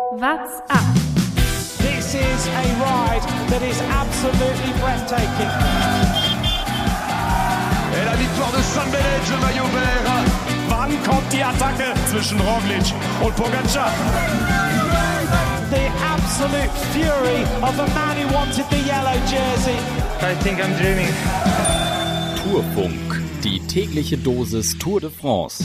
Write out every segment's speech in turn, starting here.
What's up? This is a ride that is absolutely breathtaking. Et la victoire de Sam Bennett, le maillot vert. Wann kommt die Attacke zwischen Roglic und Pogačar? The absolute fury of a man who wanted the yellow jersey. I think I'm dreaming. Tourfunk, die tägliche Dosis Tour de France.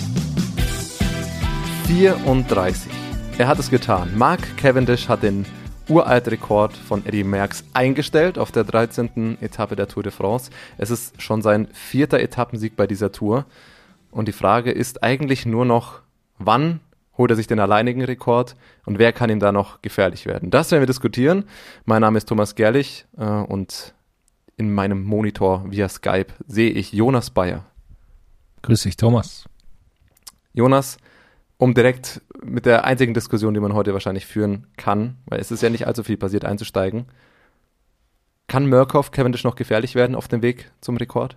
34. Er hat es getan. Mark Cavendish hat den Uralt-Rekord von Eddy Merckx eingestellt auf der 13. Etappe der Tour de France. Es ist schon sein 4. Etappensieg bei dieser Tour. Und die Frage ist eigentlich nur noch, wann holt er sich den alleinigen Rekord und wer kann ihm da noch gefährlich werden? Das werden wir diskutieren. Mein Name ist Thomas Gerlich und in meinem Monitor via Skype sehe ich Jonas Bayer. Grüß dich, Thomas. Jonas, um direkt mit der einzigen Diskussion, die man heute wahrscheinlich führen kann, weil es ist ja nicht allzu viel passiert, einzusteigen. Kann Murkoff Cavendish noch gefährlich werden auf dem Weg zum Rekord?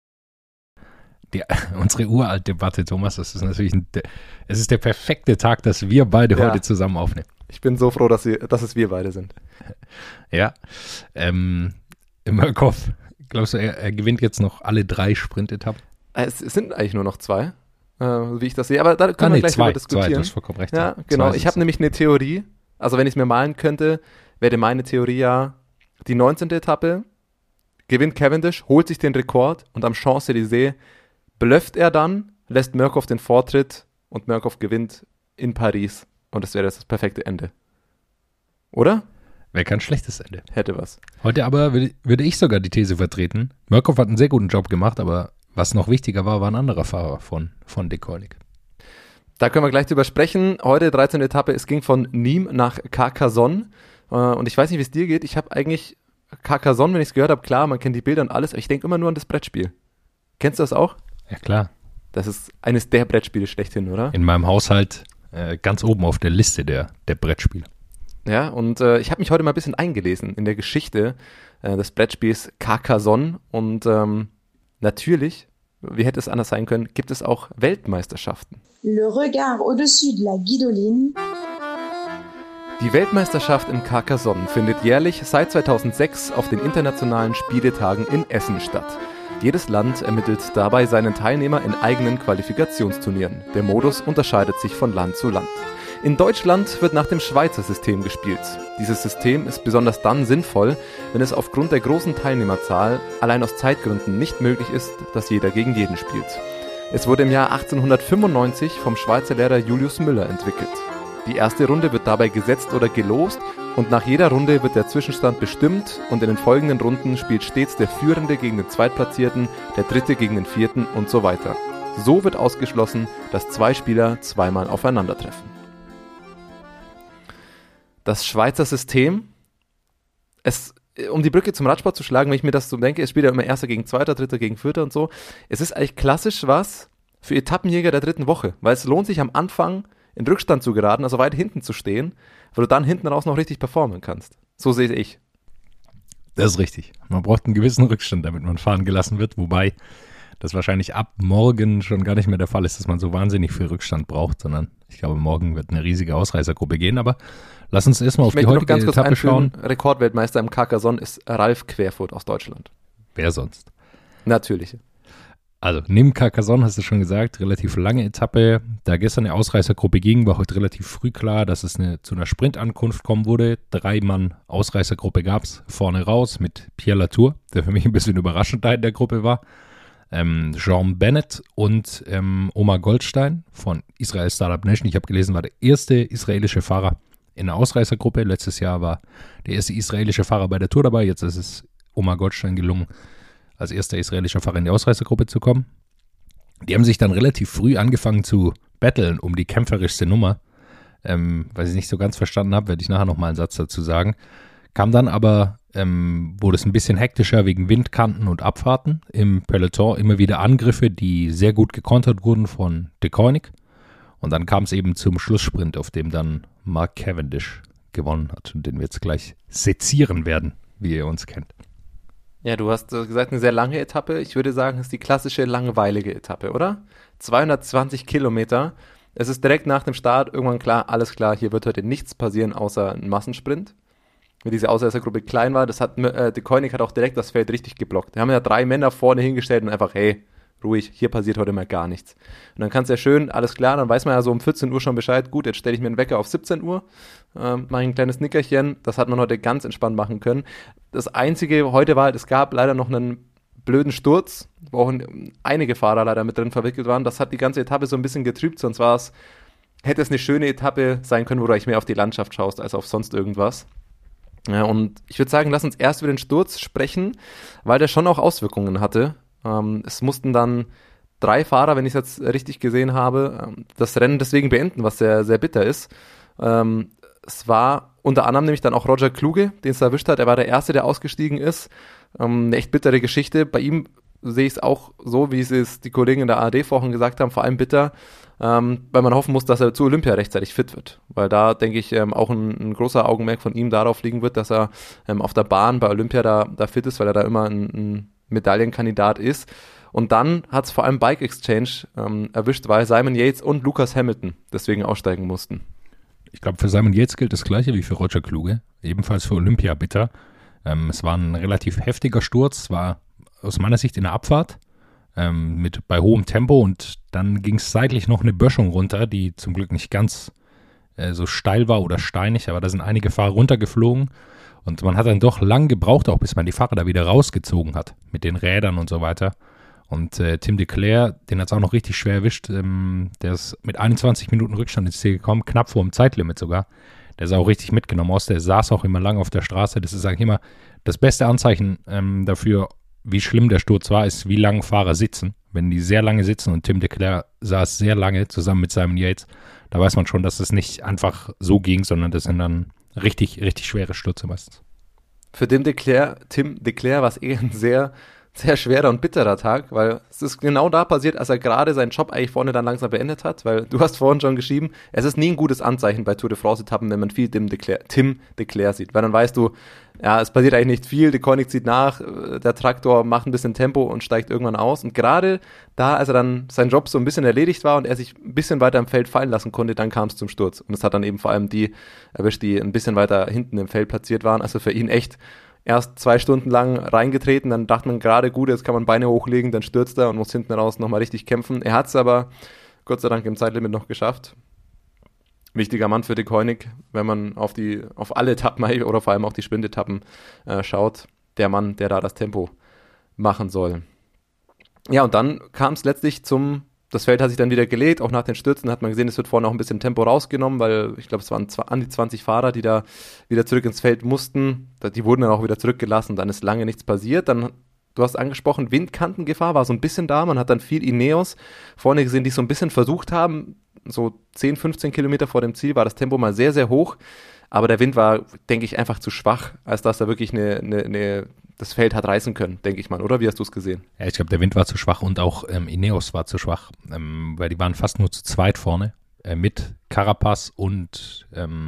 Unsere Uralt-Debatte, Thomas, das ist natürlich es ist der perfekte Tag, dass wir beide heute zusammen aufnehmen. Ich bin so froh, dass es wir beide sind. Ja, Murkoff, glaubst du, er gewinnt jetzt noch alle 3 Sprintetappen? Es sind eigentlich nur noch 2. Wie ich das sehe, aber da können wir gleich drüber diskutieren. 2, du hast vollkommen recht. Ja, genau. Ich habe nämlich eine Theorie, also wenn ich es mir malen könnte, wäre meine Theorie ja, die 19. Etappe gewinnt Cavendish, holt sich den Rekord und am Champs-Élysées blufft er dann, lässt Murkoff den Vortritt und Murkoff gewinnt in Paris und das wäre das perfekte Ende. Oder? Wäre kein schlechtes Ende. Hätte was. Heute aber würde ich sogar die These vertreten, Murkoff hat einen sehr guten Job gemacht, aber was noch wichtiger war ein anderer Fahrer von Deceuninck. Da können wir gleich drüber sprechen. Heute, 13. Etappe, es ging von Nîmes nach Carcassonne. Und ich weiß nicht, wie es dir geht. Ich habe eigentlich Carcassonne, wenn ich es gehört habe, klar, man kennt die Bilder und alles, aber ich denke immer nur an das Brettspiel. Kennst du das auch? Ja, klar. Das ist eines der Brettspiele schlechthin, oder? In meinem Haushalt ganz oben auf der Liste der Brettspiele. Ja, und ich habe mich heute mal ein bisschen eingelesen in der Geschichte des Brettspiels Carcassonne und natürlich, wie hätte es anders sein können, gibt es auch Weltmeisterschaften. Le regard au-dessus de la Guidoline. Die Weltmeisterschaft in Carcassonne findet jährlich seit 2006 auf den internationalen Spieletagen in Essen statt. Jedes Land ermittelt dabei seinen Teilnehmer in eigenen Qualifikationsturnieren. Der Modus unterscheidet sich von Land zu Land. In Deutschland wird nach dem Schweizer System gespielt. Dieses System ist besonders dann sinnvoll, wenn es aufgrund der großen Teilnehmerzahl allein aus Zeitgründen nicht möglich ist, dass jeder gegen jeden spielt. Es wurde im Jahr 1895 vom Schweizer Lehrer Julius Müller entwickelt. Die erste Runde wird dabei gesetzt oder gelost und nach jeder Runde wird der Zwischenstand bestimmt und in den folgenden Runden spielt stets der Führende gegen den Zweitplatzierten, der Dritte gegen den Vierten und so weiter. So wird ausgeschlossen, dass 2 Spieler zweimal aufeinandertreffen. Das Schweizer System, um die Brücke zum Radsport zu schlagen, wenn ich mir das so denke, es spielt ja immer Erster gegen Zweiter, Dritter gegen Vierter und so. Es ist eigentlich klassisch was für Etappenjäger der 3. Woche, weil es lohnt sich am Anfang in Rückstand zu geraten, also weit hinten zu stehen, weil du dann hinten raus noch richtig performen kannst. So sehe ich. Das ist richtig. Man braucht einen gewissen Rückstand, damit man fahren gelassen wird, wobei das wahrscheinlich ab morgen schon gar nicht mehr der Fall ist, dass man so wahnsinnig viel Rückstand braucht, sondern ich glaube, morgen wird eine riesige Ausreißergruppe gehen, aber lass uns erstmal auf die heutige Etappe schauen. Rekordweltmeister im Carcassonne ist Ralf Querfurt aus Deutschland. Wer sonst? Natürlich. Also, neben Carcassonne hast du schon gesagt, relativ lange Etappe. Da gestern eine Ausreißergruppe ging, war heute relativ früh klar, dass es zu einer Sprintankunft kommen würde. 3 Mann Ausreißergruppe gab es vorne raus mit Pierre Latour, der für mich ein bisschen überraschend da in der Gruppe war. Jean Bennett und Omar Goldstein von Israel Startup Nation. Ich habe gelesen, war der erste israelische Fahrer in der Ausreißergruppe. Letztes Jahr war der erste israelische Fahrer bei der Tour dabei. Jetzt ist es Omar Goldstein gelungen, als erster israelischer Fahrer in die Ausreißergruppe zu kommen. Die haben sich dann relativ früh angefangen zu battlen um die kämpferischste Nummer. Weil ich nicht so ganz verstanden habe, werde ich nachher nochmal einen Satz dazu sagen. Kam dann aber, wurde es ein bisschen hektischer wegen Windkanten und Abfahrten. Im Peloton immer wieder Angriffe, die sehr gut gekontert wurden von Deceuninck. Und dann kam es eben zum Schlusssprint, auf dem dann Mark Cavendish gewonnen hat und den wir jetzt gleich sezieren werden, wie ihr uns kennt. Ja, du hast gesagt, eine sehr lange Etappe. Ich würde sagen, es ist die klassische langweilige Etappe, oder? 220 Kilometer. Es ist direkt nach dem Start irgendwann klar, alles klar, hier wird heute nichts passieren, außer ein Massensprint. Wenn diese Ausreißergruppe klein war, De Koenig hat auch direkt das Feld richtig geblockt. Wir haben ja 3 Männer vorne hingestellt und einfach, hey, ruhig, hier passiert heute mal gar nichts. Und dann kann es ja schön, alles klar, dann weiß man ja so um 14 Uhr schon Bescheid, gut, jetzt stelle ich mir einen Wecker auf 17 Uhr, mache ein kleines Nickerchen, das hat man heute ganz entspannt machen können. Das Einzige heute war, es gab leider noch einen blöden Sturz, wo auch einige Fahrer leider mit drin verwickelt waren. Das hat die ganze Etappe so ein bisschen getrübt, sonst hätte es eine schöne Etappe sein können, wo du eigentlich mehr auf die Landschaft schaust, als auf sonst irgendwas. Ja, und ich würde sagen, lass uns erst über den Sturz sprechen, weil der schon auch Auswirkungen hatte. Es mussten dann 3 Fahrer, wenn ich es jetzt richtig gesehen habe, das Rennen deswegen beenden, was sehr, sehr bitter ist. Es war unter anderem nämlich dann auch Roger Kluge, den es erwischt hat. Er war der Erste, der ausgestiegen ist. Eine echt bittere Geschichte. Bei ihm sehe ich es auch so, wie es die Kollegen in der ARD vorhin gesagt haben, vor allem bitter, weil man hoffen muss, dass er zu Olympia rechtzeitig fit wird. Weil da, denke ich, auch ein großer Augenmerk von ihm darauf liegen wird, dass er auf der Bahn bei Olympia da fit ist, weil er da immer ein Medaillenkandidat ist. Und dann hat es vor allem Bike Exchange erwischt, weil Simon Yates und Lucas Hamilton deswegen aussteigen mussten. Ich glaube, für Simon Yates gilt das Gleiche wie für Roger Kluge, ebenfalls für Olympia bitter. Es war ein relativ heftiger Sturz, es war aus meiner Sicht in der Abfahrt bei hohem Tempo und dann ging es seitlich noch eine Böschung runter, die zum Glück nicht ganz so steil war oder steinig, aber da sind einige Fahrer runtergeflogen und man hat dann doch lang gebraucht, auch bis man die Fahrer da wieder rausgezogen hat mit den Rädern und so weiter. Und Tim Declercq, den hat es auch noch richtig schwer erwischt, der ist mit 21 Minuten Rückstand ins Ziel gekommen, knapp vor dem Zeitlimit sogar. Der ist auch richtig mitgenommen aus, der saß auch immer lang auf der Straße. Das ist eigentlich immer das beste Anzeichen dafür, wie schlimm der Sturz war, ist, wie lange Fahrer sitzen. Wenn die sehr lange sitzen und Tim Declercq saß sehr lange zusammen mit Simon Yates, da weiß man schon, dass es nicht einfach so ging, sondern das sind dann richtig, richtig schwere Stürze meistens. Für Tim Declercq war es ein sehr, sehr schwerer und bitterer Tag, weil es ist genau da passiert, als er gerade seinen Job eigentlich vorne dann langsam beendet hat, weil du hast vorhin schon geschrieben, es ist nie ein gutes Anzeichen bei Tour de France-Etappen, wenn man viel Tim Declercq sieht, weil dann weißt du, ja, es passiert eigentlich nicht viel, De Koenig zieht nach, der Traktor macht ein bisschen Tempo und steigt irgendwann aus und gerade da, als er dann sein Job so ein bisschen erledigt war und er sich ein bisschen weiter im Feld fallen lassen konnte, dann kam es zum Sturz und es hat dann eben vor allem die erwischt, die ein bisschen weiter hinten im Feld platziert waren, also für ihn echt erst 2 Stunden lang reingetreten, dann dachte man gerade, gut, jetzt kann man Beine hochlegen, dann stürzt er und muss hinten raus nochmal richtig kämpfen. Er hat es aber Gott sei Dank im Zeitlimit noch geschafft. Wichtiger Mann für De Koenig, wenn man auf alle Etappen oder vor allem auch die Sprintetappen schaut. Der Mann, der da das Tempo machen soll. Ja, und dann kam es letztlich das Feld hat sich dann wieder gelegt, auch nach den Stürzen hat man gesehen, es wird vorne auch ein bisschen Tempo rausgenommen, weil ich glaube, es waren an die 20 Fahrer, die da wieder zurück ins Feld mussten. Die wurden dann auch wieder zurückgelassen, dann ist lange nichts passiert. Dann, du hast angesprochen, Windkantengefahr war so ein bisschen da, man hat dann viel Ineos vorne gesehen, die so ein bisschen versucht haben, so 10, 15 Kilometer vor dem Ziel war das Tempo mal sehr, sehr hoch, aber der Wind war, denke ich, einfach zu schwach, als dass da wirklich das Feld hat reißen können, denke ich mal, oder? Wie hast du es gesehen? Ja, ich glaube, der Wind war zu schwach und auch Ineos war zu schwach, weil die waren fast nur zu zweit vorne, mit Carapaz und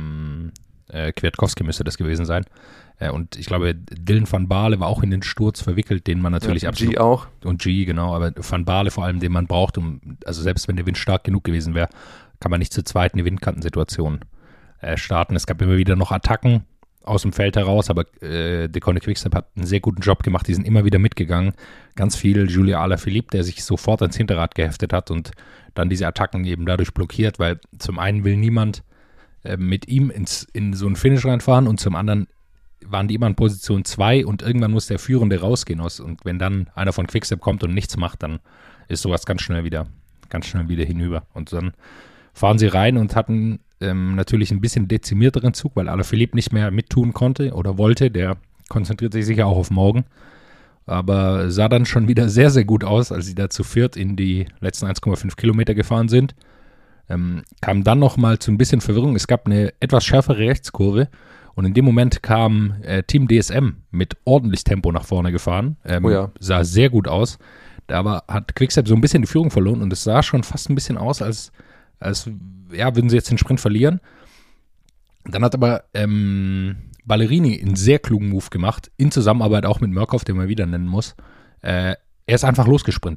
Kwiatkowski müsste das gewesen sein. Und ich glaube, Dylan van Baarle war auch in den Sturz verwickelt, den man natürlich absolut... G auch. Und G, genau, aber Van Baarle vor allem, den man braucht, also selbst wenn der Wind stark genug gewesen wäre, kann man nicht zu zweit eine Windkantensituation starten. Es gab immer wieder noch Attacken aus dem Feld heraus, aber De Koenig Quickstep hat einen sehr guten Job gemacht, die sind immer wieder mitgegangen. Ganz viel Julia Alaphilippe, der sich sofort ans Hinterrad geheftet hat und dann diese Attacken eben dadurch blockiert, weil zum einen will niemand mit ihm in so einen Finish reinfahren und zum anderen waren die immer in Position 2 und irgendwann muss der Führende rausgehen und wenn dann einer von Quickstep kommt und nichts macht, dann ist sowas ganz schnell wieder hinüber. Und dann fahren sie rein und hatten natürlich ein bisschen dezimierteren Zug, weil Alaphilippe nicht mehr mittun konnte oder wollte. Der konzentriert sich sicher auch auf morgen. Aber sah dann schon wieder sehr, sehr gut aus, als sie da zu viert in die letzten 1,5 Kilometer gefahren sind. Kam dann nochmal zu ein bisschen Verwirrung. Es gab eine etwas schärfere Rechtskurve und in dem Moment kam Team DSM mit ordentlich Tempo nach vorne gefahren. Sah sehr gut aus. Da hat Quickstep so ein bisschen die Führung verloren und es sah schon fast ein bisschen aus, als würden sie jetzt den Sprint verlieren. Dann hat aber Ballerini einen sehr klugen Move gemacht, in Zusammenarbeit auch mit Mørkøv, den man wieder nennen muss. Er ist einfach losgesprintet.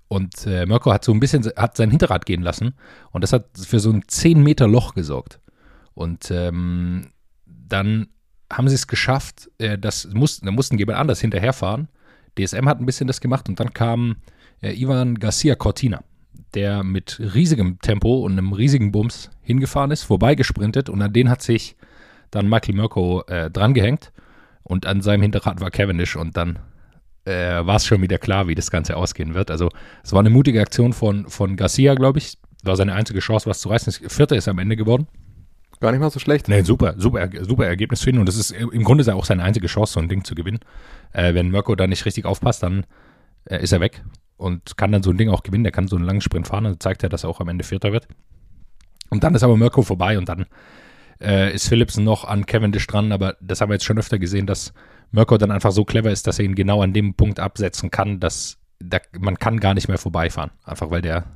Und Mirko hat sein Hinterrad gehen lassen und das hat für so ein 10 Meter Loch gesorgt. Und dann haben sie es geschafft, da mussten jemand anders hinterherfahren. DSM hat ein bisschen das gemacht und dann kam Ivan Garcia Cortina, der mit riesigem Tempo und einem riesigen Bums hingefahren ist, vorbeigesprintet und an den hat sich dann Michael Mirko drangehängt und an seinem Hinterrad war Cavendish und dann war es schon wieder klar, wie das Ganze ausgehen wird. Also es war eine mutige Aktion von Garcia, glaube ich. War seine einzige Chance, was zu reißen. Vierter ist er am Ende geworden. Gar nicht mal so schlecht. Nee, super Ergebnis für ihn und das ist im Grunde ist ja auch seine einzige Chance, so ein Ding zu gewinnen. Wenn Mirko da nicht richtig aufpasst, dann ist er weg und kann dann so ein Ding auch gewinnen. Der kann so einen langen Sprint fahren und zeigt ja, dass er auch am Ende Vierter wird. Und dann ist aber Mirko vorbei und dann ist Philipsen noch an Cavendish dran, aber das haben wir jetzt schon öfter gesehen, dass Mirko dann einfach so clever ist, dass er ihn genau an dem Punkt absetzen kann, dass man kann gar nicht mehr vorbeifahren. Einfach weil der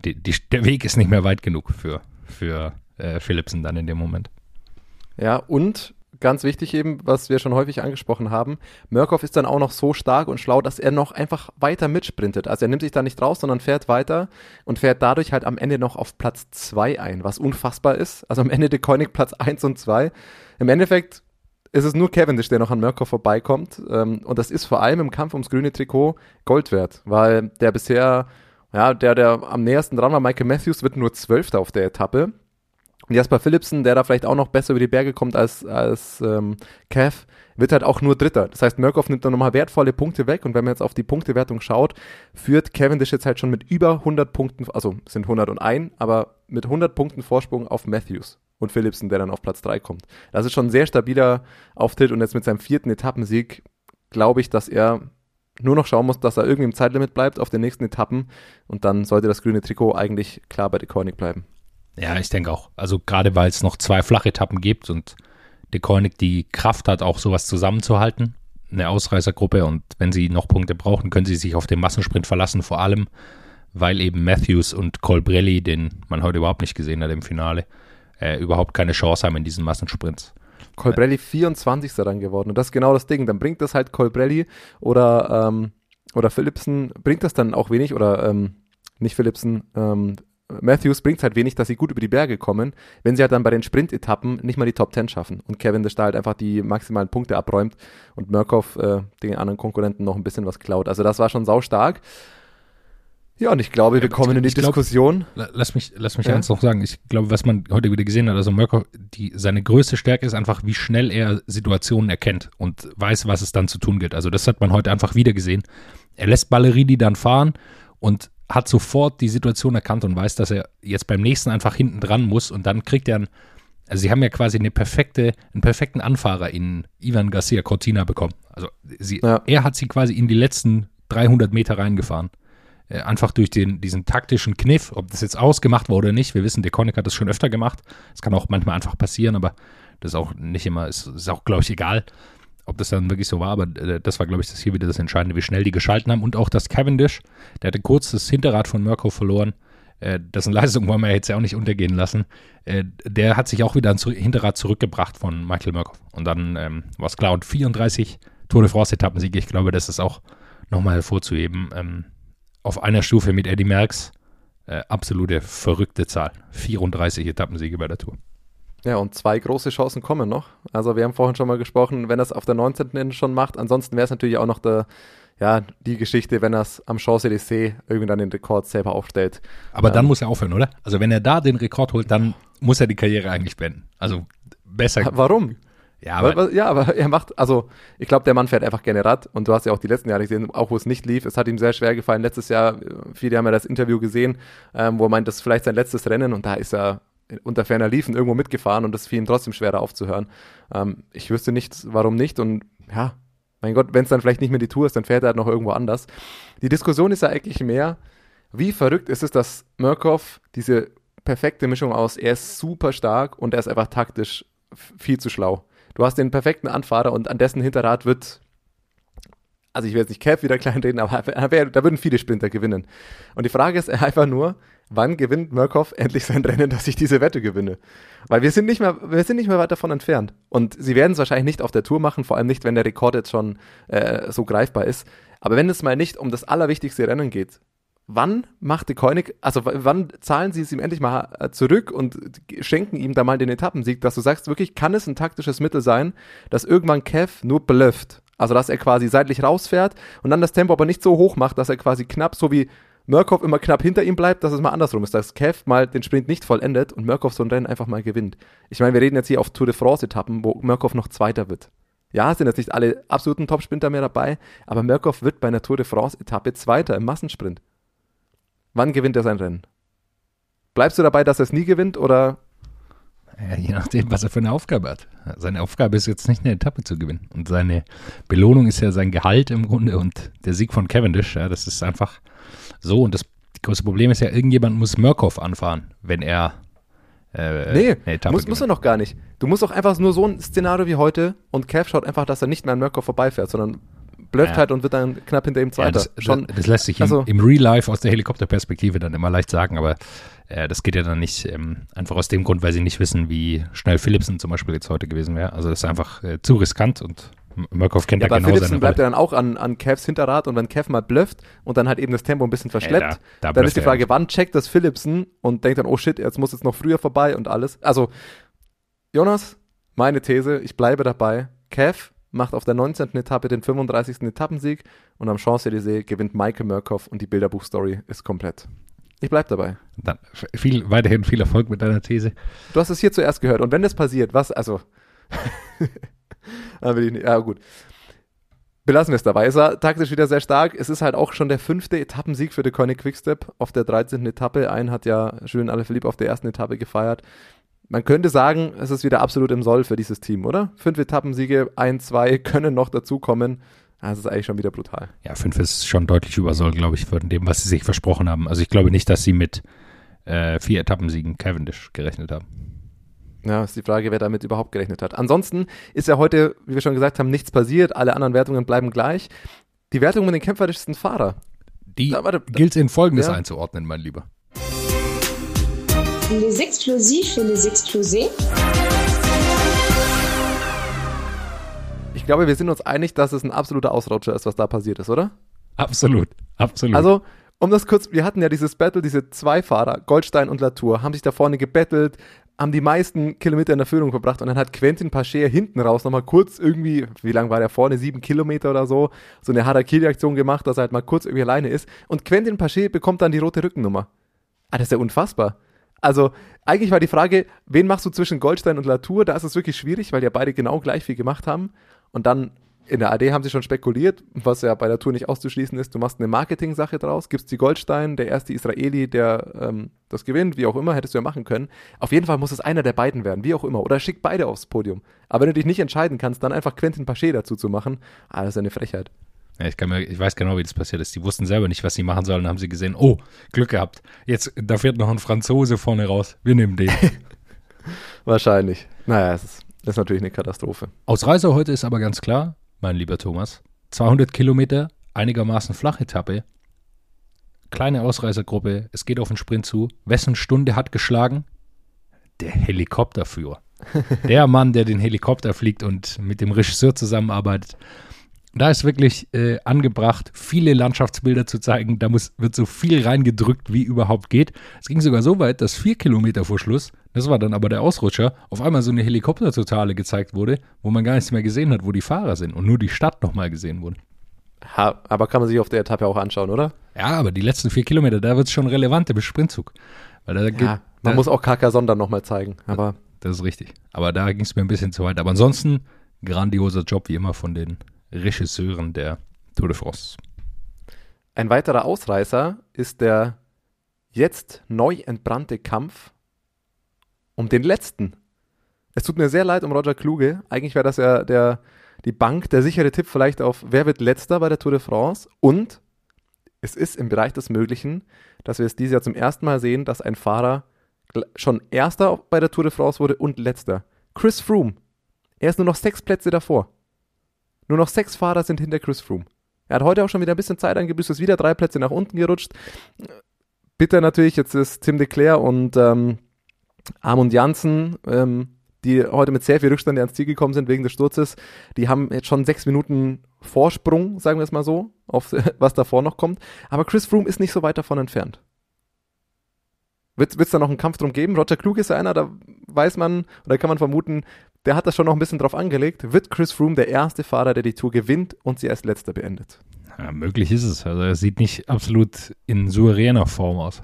Weg ist nicht mehr weit genug für Philipsen dann in dem Moment. Ja, und ganz wichtig eben, was wir schon häufig angesprochen haben, Murkoff ist dann auch noch so stark und schlau, dass er noch einfach weiter mitsprintet. Also er nimmt sich da nicht raus, sondern fährt weiter und fährt dadurch halt am Ende noch auf Platz 2 ein, was unfassbar ist. Also am Ende De Koninck Platz 1 und 2. Im Endeffekt ist es nur Cavendish, der noch an Murkoff vorbeikommt und das ist vor allem im Kampf ums grüne Trikot Gold wert, weil der bisher, ja, der am nähersten dran war, Michael Matthews, wird nur 12. auf der Etappe. Und Jasper Philipsen, der da vielleicht auch noch besser über die Berge kommt als Cav, wird halt auch nur Dritter. Das heißt, Murkoff nimmt dann nochmal wertvolle Punkte weg und wenn man jetzt auf die Punktewertung schaut, führt Cavendish jetzt halt schon mit über 100 Punkten, also es sind 101, aber mit 100 Punkten Vorsprung auf Matthews und Philipsen, der dann auf Platz 3 kommt. Das ist schon ein sehr stabiler Auftritt und jetzt mit seinem 4. Etappensieg glaube ich, dass er nur noch schauen muss, dass er irgendwie im Zeitlimit bleibt auf den nächsten Etappen und dann sollte das grüne Trikot eigentlich klar bei De Koninck bleiben. Ja, ich denke auch. Also gerade weil es noch 2 Flachetappen gibt und De Koninck die Kraft hat, auch sowas zusammenzuhalten, eine Ausreißergruppe und wenn sie noch Punkte brauchen, können sie sich auf den Massensprint verlassen, vor allem, weil eben Matthews und Colbrelli, den man heute überhaupt nicht gesehen hat im Finale, überhaupt keine Chance haben in diesen Massensprints. Colbrelli 24. dann geworden und das ist genau das Ding. Dann bringt das halt Colbrelli oder Philipsen, bringt das dann auch wenig oder nicht Philipsen, Matthews bringt es halt wenig, dass sie gut über die Berge kommen, wenn sie halt dann bei den Sprintetappen nicht mal die Top 10 schaffen und Cavendish da halt einfach die maximalen Punkte abräumt und Murkoff den anderen Konkurrenten noch ein bisschen was klaut. Also das war schon saustark. Ja, und ich glaube, wir kommen in die Diskussion. Lass mich eins noch sagen. Ich glaube, was man heute wieder gesehen hat, also Murkoff, seine größte Stärke ist einfach, wie schnell er Situationen erkennt und weiß, was es dann zu tun gilt. Also das hat man heute einfach wieder gesehen. Er lässt Ballerini dann fahren und hat sofort die Situation erkannt und weiß, dass er jetzt beim nächsten einfach hinten dran muss und dann kriegt er also sie haben ja quasi einen perfekten Anfahrer in Ivan Garcia Cortina bekommen. Also er hat sie quasi in die letzten 300 Meter reingefahren. Einfach durch diesen taktischen Kniff, ob das jetzt ausgemacht war oder nicht. Wir wissen, De Koninck hat das schon öfter gemacht. Das kann auch manchmal einfach passieren, aber das ist auch nicht immer, ist auch, glaube ich, egal, ob das dann wirklich so war, aber das war, glaube ich, das hier wieder das Entscheidende, wie schnell die geschalten haben und auch das Cavendish, der hatte kurz das Hinterrad von Murkoff verloren, dessen Leistung wollen wir jetzt ja auch nicht untergehen lassen, der hat sich auch wieder ans Hinterrad zurückgebracht von Michael Murkoff und dann war es klar und 34 Tour de France Etappensiege, ich glaube, das ist auch nochmal hervorzuheben, auf einer Stufe mit Eddy Merckx, absolute verrückte Zahl, 34 Etappensiege bei der Tour. Ja, und 2 große Chancen kommen noch. Also wir haben vorhin schon mal gesprochen, wenn er es auf der 19. schon macht. Ansonsten wäre es natürlich auch noch die Geschichte, wenn er es am Champs-Élysées irgendwie dann den Rekord selber aufstellt. Aber dann muss er aufhören, oder? Also wenn er da den Rekord holt, dann muss er die Karriere eigentlich beenden. Also besser. Warum? Ja, aber er macht, also ich glaube, der Mann fährt einfach gerne Rad und du hast ja auch die letzten Jahre gesehen, auch wo es nicht lief, es hat ihm sehr schwer gefallen. Letztes Jahr, viele haben ja das Interview gesehen, wo er meint, das ist vielleicht sein letztes Rennen und da ist er unter ferner Liefen irgendwo mitgefahren und das fiel ihm trotzdem schwerer aufzuhören. Ich wüsste nicht, warum nicht und ja, mein Gott, wenn es dann vielleicht nicht mehr die Tour ist, dann fährt er halt noch irgendwo anders. Die Diskussion ist ja eigentlich mehr, wie verrückt ist es, dass Murkoff diese perfekte Mischung aus, er ist super stark und er ist einfach taktisch viel zu schlau. Du hast den perfekten Anfahrer und an dessen Hinterrad wird, also ich will jetzt nicht Cav wieder kleinreden, aber da würden viele Sprinter gewinnen. Und die Frage ist einfach nur, wann gewinnt Murkoff endlich sein Rennen, dass ich diese Wette gewinne? Weil wir sind nicht mehr weit davon entfernt. Und sie werden es wahrscheinlich nicht auf der Tour machen, vor allem nicht, wenn der Rekord jetzt schon so greifbar ist. Aber wenn es mal nicht um das allerwichtigste Rennen geht, wann macht De Koenig, also wann zahlen sie es ihm endlich mal zurück und schenken ihm da mal den Etappensieg, dass du sagst, wirklich, kann es ein taktisches Mittel sein, dass irgendwann Kev nur blufft, also dass er quasi seitlich rausfährt und dann das Tempo aber nicht so hoch macht, dass er quasi knapp, so wie Mørkov immer knapp hinter ihm bleibt, dass es mal andersrum ist, dass Kev mal den Sprint nicht vollendet und Mørkov so ein Rennen einfach mal gewinnt. Ich meine, wir reden jetzt hier auf Tour de France-Etappen, wo Mørkov noch Zweiter wird. Ja, es sind jetzt nicht alle absoluten Top-Sprinter mehr dabei, aber Mørkov wird bei einer Tour de France-Etappe Zweiter im Massensprint. Wann gewinnt er sein Rennen? Bleibst du dabei, dass er es nie gewinnt, oder? Ja, je nachdem, was er für eine Aufgabe hat. Seine Aufgabe ist jetzt nicht, eine Etappe zu gewinnen. Und seine Belohnung ist ja sein Gehalt im Grunde und der Sieg von Cavendish. Ja, das ist einfach so. Und das große Problem ist ja, irgendjemand muss Mørkov anfahren, wenn er eine Etappe muss er noch gar nicht. Du musst auch einfach nur so ein Szenario wie heute und Kev schaut einfach, dass er nicht mehr an Mørkov vorbeifährt, sondern blöfft halt und wird dann knapp hinter ihm Zweiter. Ja, das lässt sich im Real Life aus der Helikopterperspektive dann immer leicht sagen, aber das geht ja dann nicht einfach aus dem Grund, weil sie nicht wissen, wie schnell Philipsen zum Beispiel jetzt heute gewesen wäre. Also das ist einfach zu riskant und Mørkov kennt ja genau seine Philipsen bleibt er dann auch an Kevs Hinterrad und wenn Kev mal blufft und dann halt eben das Tempo ein bisschen verschleppt, dann ist die Frage, wann checkt das Philipsen und denkt dann, oh shit, jetzt muss jetzt noch früher vorbei und alles. Also, Jonas, meine These, ich bleibe dabei, Kev macht auf der 19. Etappe den 35. Etappensieg und am Champs-Élysées gewinnt Michael Mørkov und die Bilderbuch-Story ist komplett. Ich bleib dabei. Dann weiterhin viel Erfolg mit deiner These. Du hast es hier zuerst gehört und wenn das passiert, was, also dann will ich nicht, ja gut. Belassen wir es dabei. Es war taktisch wieder sehr stark. Es ist halt auch schon der 5. Etappensieg für De Koenig Quickstep auf der 13. Etappe. Einen hat ja Julian Alaphilippe auf der ersten Etappe gefeiert. Man könnte sagen, es ist wieder absolut im Soll für dieses Team, oder? 5 Etappensiege, 1, 2 können noch dazukommen. Das ist eigentlich schon wieder brutal. Ja, 5 ist schon deutlich über Soll, glaube ich, von dem, was sie sich versprochen haben. Also ich glaube nicht, dass sie mit 4 Etappensiegen Cavendish gerechnet haben. Ja, ist die Frage, wer damit überhaupt gerechnet hat. Ansonsten ist ja heute, wie wir schon gesagt haben, nichts passiert. Alle anderen Wertungen bleiben gleich. Die Wertung mit den kämpferischsten Fahrer. Die gilt es in Folgendes einzuordnen, mein Lieber. Les explosifs et les explosés. Ich glaube, wir sind uns einig, dass es ein absoluter Ausrutscher ist, was da passiert ist, oder? Absolut, absolut. Also, um das kurz, wir hatten ja dieses Battle, diese 2 Fahrer, Goldstein und Latour, haben sich da vorne gebettelt, haben die meisten Kilometer in der Führung verbracht und dann hat Quentin Paché hinten raus nochmal kurz irgendwie, wie lang war der vorne, 7 Kilometer oder so eine Harakiri-Aktion gemacht, dass er halt mal kurz irgendwie alleine ist und Quentin Paché bekommt dann die rote Rückennummer. Das ist ja unfassbar. Also, eigentlich war die Frage, wen machst du zwischen Goldstein und Latour? Da ist es wirklich schwierig, weil ja beide genau gleich viel gemacht haben. Und dann in der AD haben sie schon spekuliert, was ja bei der Tour nicht auszuschließen ist. Du machst eine Marketing-Sache draus, gibst die Goldstein, der erste Israeli, der das gewinnt, wie auch immer, hättest du ja machen können. Auf jeden Fall muss es einer der beiden werden, wie auch immer. Oder schick beide aufs Podium. Aber wenn du dich nicht entscheiden kannst, dann einfach Quentin Paché dazu zu machen, das ist eine Frechheit. Ja, ich weiß genau, wie das passiert ist. Die wussten selber nicht, was sie machen sollen. Dann haben sie gesehen, oh, Glück gehabt. Jetzt, da fährt noch ein Franzose vorne raus. Wir nehmen den. Wahrscheinlich. Naja, das ist natürlich eine Katastrophe. Ausreißer heute ist aber ganz klar, mein lieber Thomas, 200 Kilometer, einigermaßen Flachetappe, kleine Ausreißergruppe, es geht auf den Sprint zu. Wessen Stunde hat geschlagen? Der Helikopterführer. Der Mann, der den Helikopter fliegt und mit dem Regisseur zusammenarbeitet. Da ist wirklich angebracht, viele Landschaftsbilder zu zeigen. Da wird so viel reingedrückt, wie überhaupt geht. Es ging sogar so weit, dass 4 Kilometer vor Schluss, das war dann aber der Ausrutscher, auf einmal so eine Helikoptertotale gezeigt wurde, wo man gar nichts mehr gesehen hat, wo die Fahrer sind und nur die Stadt nochmal gesehen wurde. Aber kann man sich auf der Etappe auch anschauen, oder? Ja, aber die letzten 4 Kilometer, da wird es schon relevant im Sprintzug. Weil man muss auch Carcassonne dann nochmal zeigen. Aber das ist richtig. Aber da ging es mir ein bisschen zu weit. Aber ansonsten, grandioser Job wie immer von den Regisseuren der Tour de France. Ein weiterer Ausreißer ist der jetzt neu entbrannte Kampf um den letzten. Es tut mir sehr leid um Roger Kluge. Eigentlich wäre das ja die Bank, der sichere Tipp vielleicht auf, wer wird letzter bei der Tour de France. Und es ist im Bereich des Möglichen, dass wir es dieses Jahr zum ersten Mal sehen, dass ein Fahrer schon Erster bei der Tour de France wurde und Letzter. Chris Froome. Er ist nur noch 6 Plätze davor. Nur noch 6 Fahrer sind hinter Chris Froome. Er hat heute auch schon wieder ein bisschen Zeit eingebüßt, ist wieder 3 Plätze nach unten gerutscht. Bitter natürlich, jetzt ist Tim de Cler und Amund Janssen, die heute mit sehr viel Rückstand ans Ziel gekommen sind wegen des Sturzes, die haben jetzt schon 6 Minuten Vorsprung, sagen wir es mal so, auf was davor noch kommt. Aber Chris Froome ist nicht so weit davon entfernt. Wird es da noch einen Kampf drum geben? Roger Kluge ist einer, da weiß man, oder kann man vermuten, der hat das schon noch ein bisschen drauf angelegt. Wird Chris Froome der erste Fahrer, der die Tour gewinnt und sie als letzter beendet? Ja, möglich ist es. Also er sieht nicht absolut in souveräner Form aus.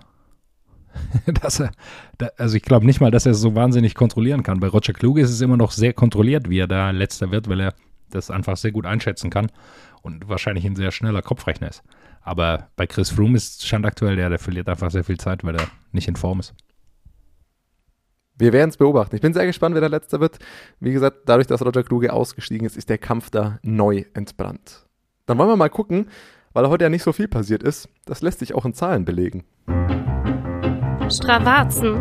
Also ich glaube nicht mal, dass er es so wahnsinnig kontrollieren kann. Bei Roger Kluge ist es immer noch sehr kontrolliert, wie er da letzter wird, weil er das einfach sehr gut einschätzen kann und wahrscheinlich ein sehr schneller Kopfrechner ist. Aber bei Chris Froome ist Stand aktuell, der verliert einfach sehr viel Zeit, weil er nicht in Form ist. Wir werden es beobachten. Ich bin sehr gespannt, wer der Letzte wird. Wie gesagt, dadurch, dass Roger Kluge ausgestiegen ist, ist der Kampf da neu entbrannt. Dann wollen wir mal gucken, weil heute ja nicht so viel passiert ist. Das lässt sich auch in Zahlen belegen. Stravazen.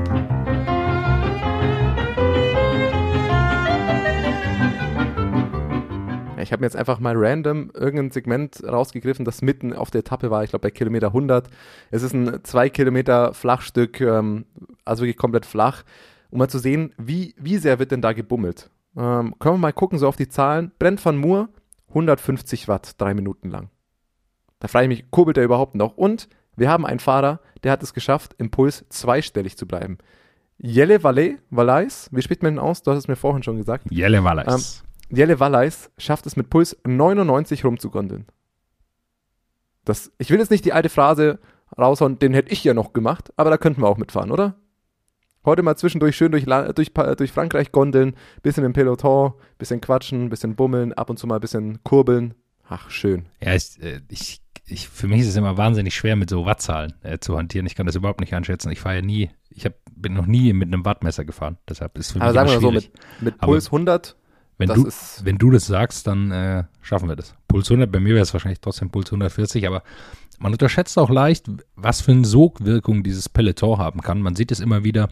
Ich habe mir jetzt einfach mal random irgendein Segment rausgegriffen, das mitten auf der Etappe war, ich glaube bei Kilometer 100. Es ist ein 2 Kilometer Flachstück, also wirklich komplett flach, um mal zu sehen, wie sehr wird denn da gebummelt. Können wir mal gucken, so auf die Zahlen. Brent van Moer, 150 Watt, 3 Minuten lang. Da frage ich mich, kurbelt er überhaupt noch? Und wir haben einen Fahrer, der hat es geschafft, im Puls zweistellig zu bleiben. Jelle Valais, wie spricht man ihn aus? Du hast es mir vorhin schon gesagt. Jelle Valais. Jelle Valais schafft es mit Puls 99 rumzugondeln. Ich will jetzt nicht die alte Phrase raushauen, den hätte ich ja noch gemacht, aber da könnten wir auch mitfahren, oder? Heute mal zwischendurch schön durch Frankreich gondeln, bisschen im Peloton, bisschen quatschen, bisschen bummeln, ab und zu mal ein bisschen kurbeln. Ach, schön. Ja, für mich ist es immer wahnsinnig schwer, mit so Wattzahlen zu hantieren. Ich kann das überhaupt nicht einschätzen. Bin noch nie mit einem Wattmesser gefahren. Deshalb ist es für mich aber sagen wir schwierig. So, mit Puls 100... Wenn du das sagst, dann schaffen wir das. Puls 100, bei mir wäre es wahrscheinlich trotzdem Puls 140, aber man unterschätzt auch leicht, was für eine Sogwirkung dieses Peloton haben kann. Man sieht es immer wieder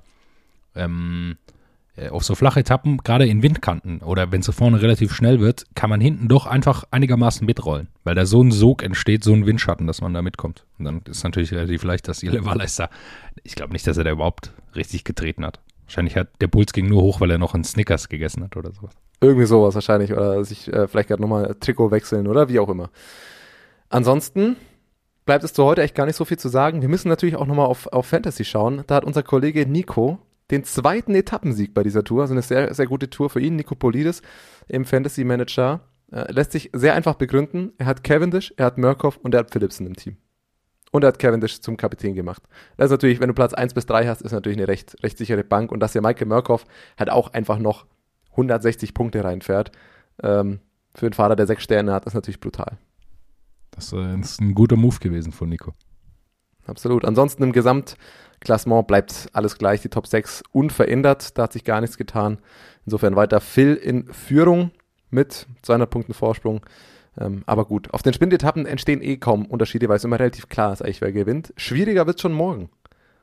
auf so flache Etappen, gerade in Windkanten oder wenn es so vorne relativ schnell wird, kann man hinten doch einfach einigermaßen mitrollen, weil da so ein Sog entsteht, so ein Windschatten, dass man da mitkommt. Und dann ist natürlich relativ leicht, dass Jelle Valais da, ich glaube nicht, dass er da überhaupt richtig getreten hat. Wahrscheinlich hat der Puls ging nur hoch, weil er noch einen Snickers gegessen hat oder sowas. Irgendwie sowas wahrscheinlich. Oder sich vielleicht gerade nochmal Trikot wechseln oder wie auch immer. Ansonsten bleibt es zu heute echt gar nicht so viel zu sagen. Wir müssen natürlich auch nochmal auf Fantasy schauen. Da hat unser Kollege Nico den 2. Etappensieg bei dieser Tour. Also eine sehr, sehr gute Tour für ihn. Nico Polides im Fantasy Manager. Lässt sich sehr einfach begründen. Er hat Cavendish, er hat Murkoff und er hat Philipsen im Team. Und er hat Cavendish zum Kapitän gemacht. Das ist natürlich, wenn du Platz 1 bis 3 hast, ist natürlich eine recht sichere Bank. Und dass der Michael Murkoff halt auch einfach noch 160 Punkte reinfährt, für einen Fahrer, der 6 Sterne hat, ist natürlich brutal. Das ist ein guter Move gewesen von Nico. Absolut. Ansonsten im Gesamtklassement bleibt alles gleich, die Top 6 unverändert. Da hat sich gar nichts getan. Insofern weiter Phil in Führung mit 200 Punkten Vorsprung. Aber gut, auf den Sprintetappen entstehen kaum Unterschiede, weil es immer relativ klar ist eigentlich, wer gewinnt. Schwieriger wird es schon morgen.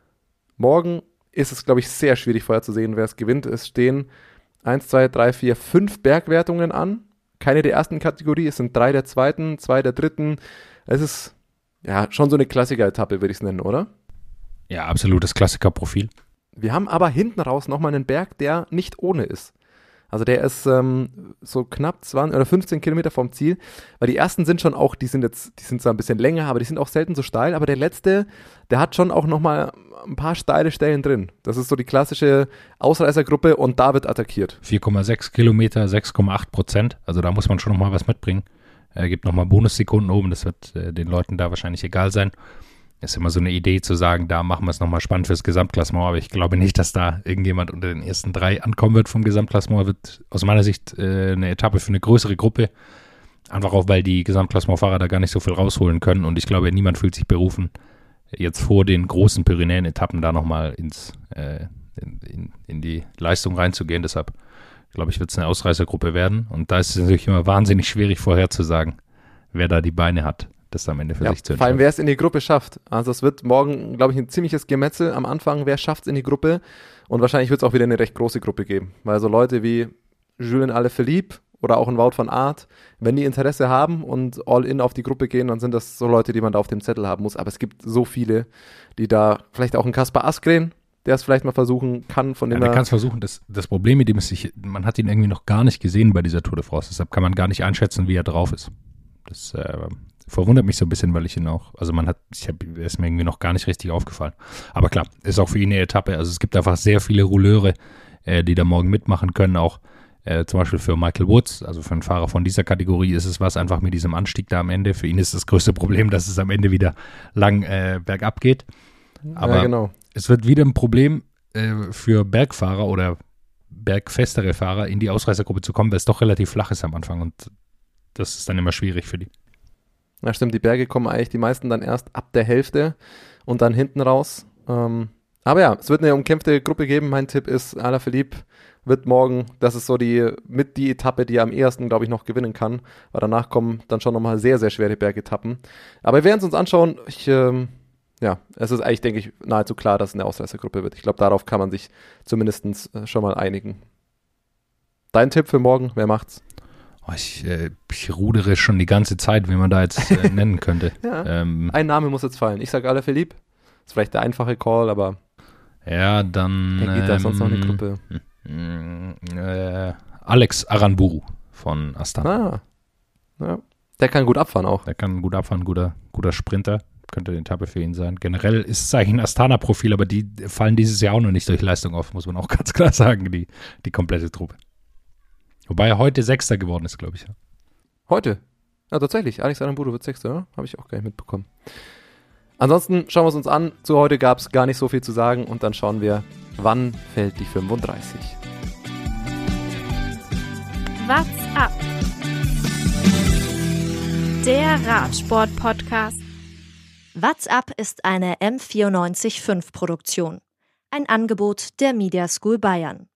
Morgen ist es, glaube ich, sehr schwierig vorherzusehen, wer es gewinnt. Es stehen 1, 2, 3, 4, 5 Bergwertungen an. Keine der ersten Kategorie, es sind 3 der zweiten, 2 der dritten. Es ist ja schon so eine Klassiker-Etappe, würde ich es nennen, oder? Ja, absolutes Klassikerprofil. Wir haben aber hinten raus nochmal einen Berg, der nicht ohne ist. Also der ist so knapp 20 oder 15 Kilometer vom Ziel, weil die ersten sind schon auch, die sind zwar ein bisschen länger, aber die sind auch selten so steil, aber der letzte, der hat schon auch nochmal ein paar steile Stellen drin. Das ist so die klassische Ausreißergruppe und da wird attackiert. 4,6 Kilometer, 6,8%, also da muss man schon nochmal was mitbringen. Er gibt nochmal Bonussekunden oben, das wird den Leuten da wahrscheinlich egal sein. Ist immer so eine Idee zu sagen, da machen wir es nochmal spannend fürs Gesamtklassement, aber ich glaube nicht, dass da irgendjemand unter den ersten 3 ankommen wird vom Gesamtklassement. Wird aus meiner Sicht eine Etappe für eine größere Gruppe, einfach auch, weil die Gesamtklassementfahrer da gar nicht so viel rausholen können und ich glaube, niemand fühlt sich berufen, jetzt vor den großen Pyrenäen-Etappen da nochmal in die Leistung reinzugehen. Deshalb, glaube ich, wird es eine Ausreißergruppe werden und da ist es natürlich immer wahnsinnig schwierig vorherzusagen, wer da die Beine hat. Das am Ende für sich zu entscheiden. Vor allem, wer es in die Gruppe schafft. Also es wird morgen, glaube ich, ein ziemliches Gemetzel am Anfang. Wer schafft es in die Gruppe? Und wahrscheinlich wird es auch wieder eine recht große Gruppe geben. Weil so Leute wie Julien Alaphilippe oder auch ein Wout van Aert, wenn die Interesse haben und all in auf die Gruppe gehen, dann sind das so Leute, die man da auf dem Zettel haben muss. Aber es gibt so viele, die da, vielleicht auch ein Kaspar Asgreen, der es vielleicht mal versuchen kann, von dem er kann es versuchen. Das Problem mit ihm ist, man hat ihn irgendwie noch gar nicht gesehen bei dieser Tour de France, deshalb kann man gar nicht einschätzen, wie er drauf ist. Das verwundert mich so ein bisschen, weil ich ihn auch, also er ist mir irgendwie noch gar nicht richtig aufgefallen. Aber klar, ist auch für ihn eine Etappe, also es gibt einfach sehr viele Rouleure, die da morgen mitmachen können, auch zum Beispiel für Michael Woods, also für einen Fahrer von dieser Kategorie ist es was einfach mit diesem Anstieg da am Ende. Für ihn ist das größte Problem, dass es am Ende wieder lang bergab geht. Aber genau. Es wird wieder ein Problem für Bergfahrer oder bergfestere Fahrer in die Ausreißergruppe zu kommen, weil es doch relativ flach ist am Anfang und das ist dann immer schwierig für die. Ja, stimmt, die Berge kommen eigentlich die meisten dann erst ab der Hälfte und dann hinten raus. Aber ja, es wird eine umkämpfte Gruppe geben. Mein Tipp ist, Alaphilippe wird morgen, das ist so die Etappe, die er am ehesten, glaube ich, noch gewinnen kann, weil danach kommen dann schon nochmal sehr, sehr schwere Bergetappen. Aber wir werden es uns anschauen. Es ist eigentlich, denke ich, nahezu klar, dass es eine Ausreißergruppe wird. Ich glaube, darauf kann man sich zumindest schon mal einigen. Dein Tipp für morgen, wer macht's? Ich rudere schon die ganze Zeit, wie man da jetzt nennen könnte. Ja, ein Name muss jetzt fallen. Ich sage Alaphilippe. Ist vielleicht der einfache Call, aber ja, dann wer geht da sonst noch eine Gruppe? Alex Aranburu von Astana. Ja. Der kann gut abfahren auch. Der kann gut abfahren, guter Sprinter. Könnte eine Etappe für ihn sein. Generell ist es eigentlich ein Astana-Profil, aber die fallen dieses Jahr auch noch nicht durch Leistung auf, muss man auch ganz klar sagen, die komplette Truppe. Wobei er heute Sechster geworden ist, glaube ich. Heute? Ja, tatsächlich. Alex Aranburu wird Sechster, oder? Habe ich auch gar nicht mitbekommen. Ansonsten schauen wir es uns an. Zu heute gab es gar nicht so viel zu sagen und dann schauen wir, wann fällt die 35. What's up? Der Radsport-Podcast. What's up ist eine M94.5-Produktion. Ein Angebot der Media School Bayern.